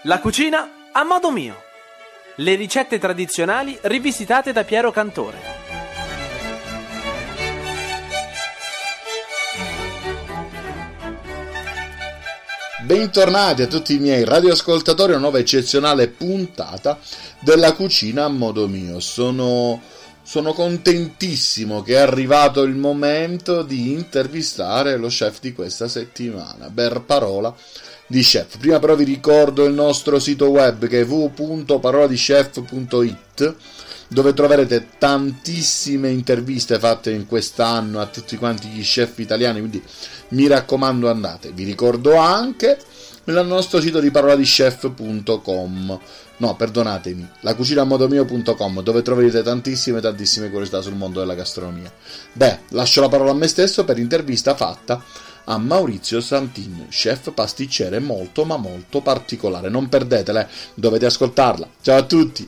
La cucina a modo mio. Le ricette tradizionali rivisitate da Piero Cantore. Bentornati a tutti i miei radioascoltatori a una nuova eccezionale puntata della cucina a modo mio. Sono contentissimo che è arrivato il momento di intervistare lo chef di questa settimana, Parola di Chef. Prima però vi ricordo il nostro sito web che è www.paroladechef.it, dove troverete tantissime interviste fatte in quest'anno a tutti quanti gli chef italiani, quindi mi raccomando andate. Vi ricordo anche il nostro sito di paroladechef.com, no perdonatemi, lacucinaammodomio.com, dove troverete tantissime curiosità sul mondo della gastronomia. Lascio la parola a me stesso per l'intervista fatta a Maurizio Santin, chef pasticcere molto ma molto particolare. Non perdetela, dovete ascoltarla. Ciao a tutti.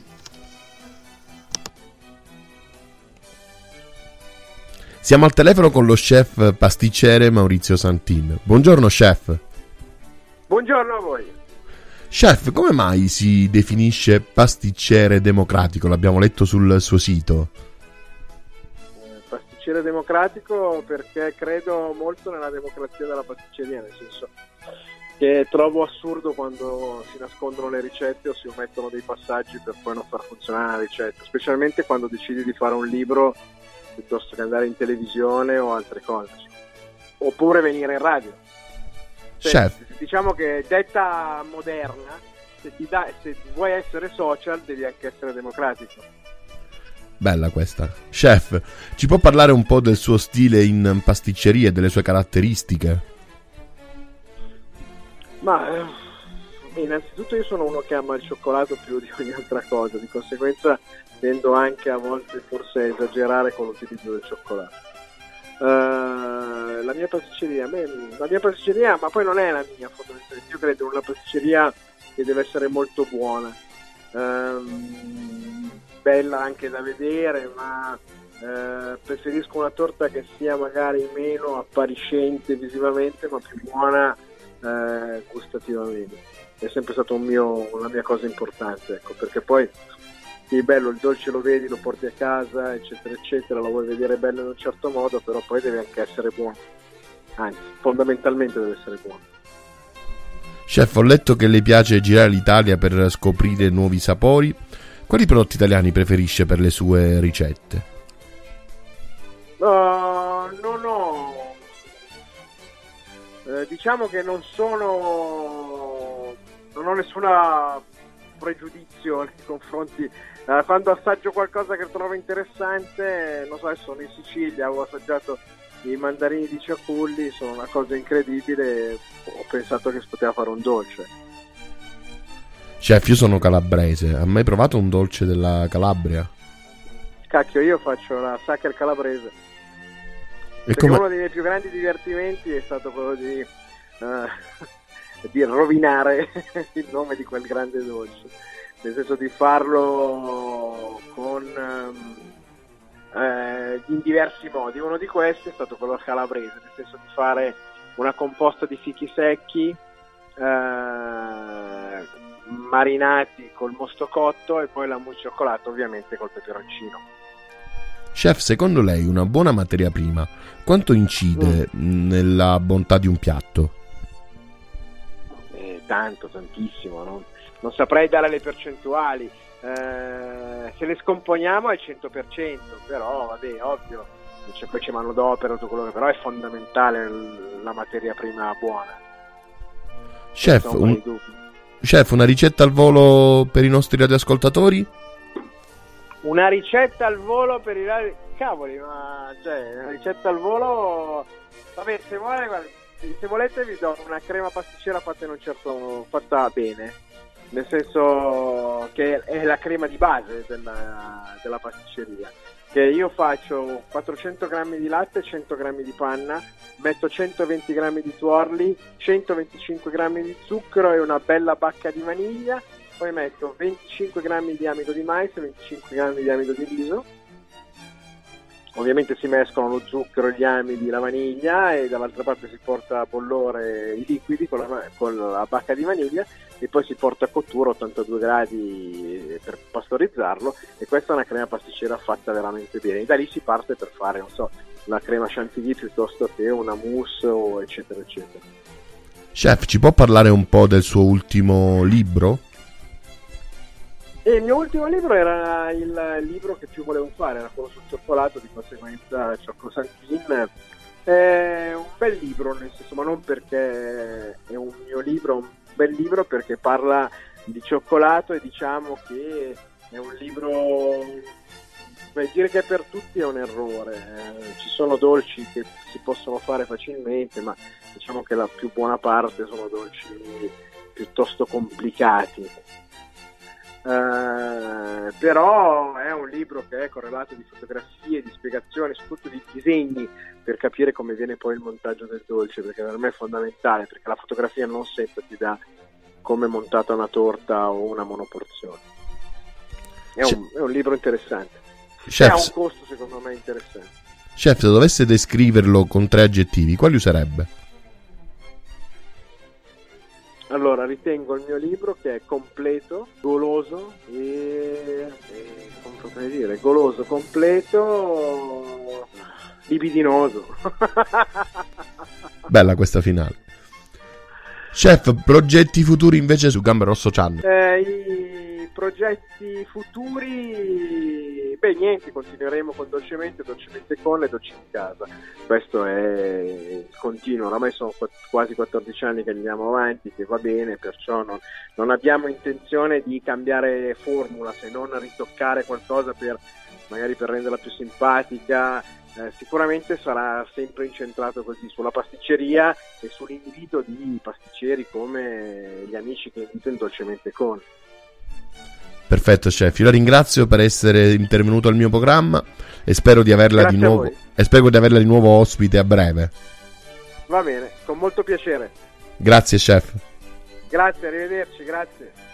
Siamo al telefono con lo chef pasticcere Maurizio Santin. Buongiorno chef. Buongiorno a voi. Chef, come mai si definisce pasticcere democratico? L'abbiamo letto sul suo sito. Pasticcere democratico perché credo molto nella democrazia della pasticceria, nel senso che trovo assurdo quando si nascondono le ricette o si omettono dei passaggi per poi non far funzionare la ricetta, specialmente quando decidi di fare un libro piuttosto che andare in televisione o altre cose, oppure venire in radio. Chef, diciamo che detta moderna, se vuoi essere social devi anche essere democratico. Bella questa. Chef, ci può parlare un po' del suo stile in pasticceria e delle sue caratteristiche? Ma innanzitutto io sono uno che ama il cioccolato più di ogni altra cosa, di conseguenza tendo anche a volte forse a esagerare con l'utilizzo del cioccolato. La mia pasticceria, ma poi non è la mia, fondamentalmente. Io credo in una pasticceria che deve essere molto buona, bella anche da vedere, ma preferisco una torta che sia magari meno appariscente visivamente, ma più buona gustativamente. È sempre stato una mia cosa importante, ecco, perché poi sì, bello, il dolce lo vedi, lo porti a casa, eccetera, eccetera, lo vuoi vedere bello in un certo modo, però poi deve anche essere buono. Anzi, fondamentalmente deve essere buono. Chef, ho letto che le piace girare l'Italia per scoprire nuovi sapori. Quali prodotti italiani preferisce per le sue ricette? Non ho... diciamo che non ho nessuna pregiudizio nei confronti. Quando assaggio qualcosa che trovo interessante, non so, sono in Sicilia, ho assaggiato i mandarini di Ciaculli, sono una cosa incredibile, ho pensato che si poteva fare un dolce. Chef, io sono calabrese, ha mai provato un dolce della Calabria? Cacchio, io faccio la Sacher calabrese. Uno dei miei più grandi divertimenti è stato quello di rovinare il nome di quel grande dolce, nel senso di farlo in diversi modi. Uno di questi è stato quello calabrese, nel senso di fare una composta di fichi secchi marinati col mosto cotto e poi la mousse cioccolato ovviamente col peperoncino. Chef, secondo lei una buona materia prima quanto incide nella bontà di un piatto? Tantissimo, no? Non saprei dare le percentuali, se le scomponiamo al 100%, però vabbè, ovvio, poi c'è manodopera, tutto quello che, però è fondamentale la materia prima buona. Chef, una ricetta al volo per i nostri radioascoltatori? Una ricetta al volo per i cavoli, ma una ricetta al volo, vabbè, se volete vi do una crema pasticcera fatta bene, nel senso che è la crema di base della pasticceria, che io faccio 400 grammi di latte, 100 grammi di panna, metto 120 grammi di tuorli, 125 grammi di zucchero e una bella bacca di vaniglia, poi metto 25 grammi di amido di mais e 25 grammi di amido di riso, ovviamente si mescolano lo zucchero, gli amidi, la vaniglia, e dall'altra parte si porta a bollore i liquidi con la bacca di vaniglia, e poi si porta a cottura a 82 gradi per pastorizzarlo, e questa è una crema pasticcera fatta veramente bene. E da lì si parte per fare, non so, la crema chantilly piuttosto che una mousse o eccetera eccetera. Chef, ci può parlare un po' del suo ultimo libro? E il mio ultimo libro era il libro che più volevo fare, era quello sul cioccolato, di conseguenza Ciocco Santin. È un bel libro, nel senso, ma non perché è un mio libro, un bel libro perché parla di cioccolato, e diciamo che è un libro, dire che è per tutti è un errore. Ci sono dolci che si possono fare facilmente, ma diciamo che la più buona parte sono dolci piuttosto complicati. Però è un libro che è correlato di fotografie, di spiegazioni, soprattutto di disegni, per capire come viene poi il montaggio del dolce, perché per me è fondamentale, perché la fotografia non sempre ti dà come è montata una torta o una monoporzione. È un libro interessante. Chef, ha un costo secondo me interessante. Chef, se dovesse descriverlo con 3 aggettivi, quali userebbe? Allora, ritengo il mio libro che è completo, goloso come potrei dire, goloso, completo, libidinoso. Bella questa finale. Chef, progetti futuri invece su Gambero Rosso Channel? I progetti futuri, niente, continueremo con Dolcemente con e Dolce in Casa. Questo è continuo, oramai sono quasi 14 anni che andiamo avanti, che va bene, perciò non abbiamo intenzione di cambiare formula, se non ritoccare qualcosa magari per renderla più simpatica. Sicuramente sarà sempre incentrato così sulla pasticceria e sull'invito di pasticceri come gli amici che invito in Dolcemente con. Perfetto, chef, io la ringrazio per essere intervenuto al mio programma e spero di averla di nuovo ospite a breve. Va bene, con molto piacere. Grazie chef. Grazie, arrivederci, grazie.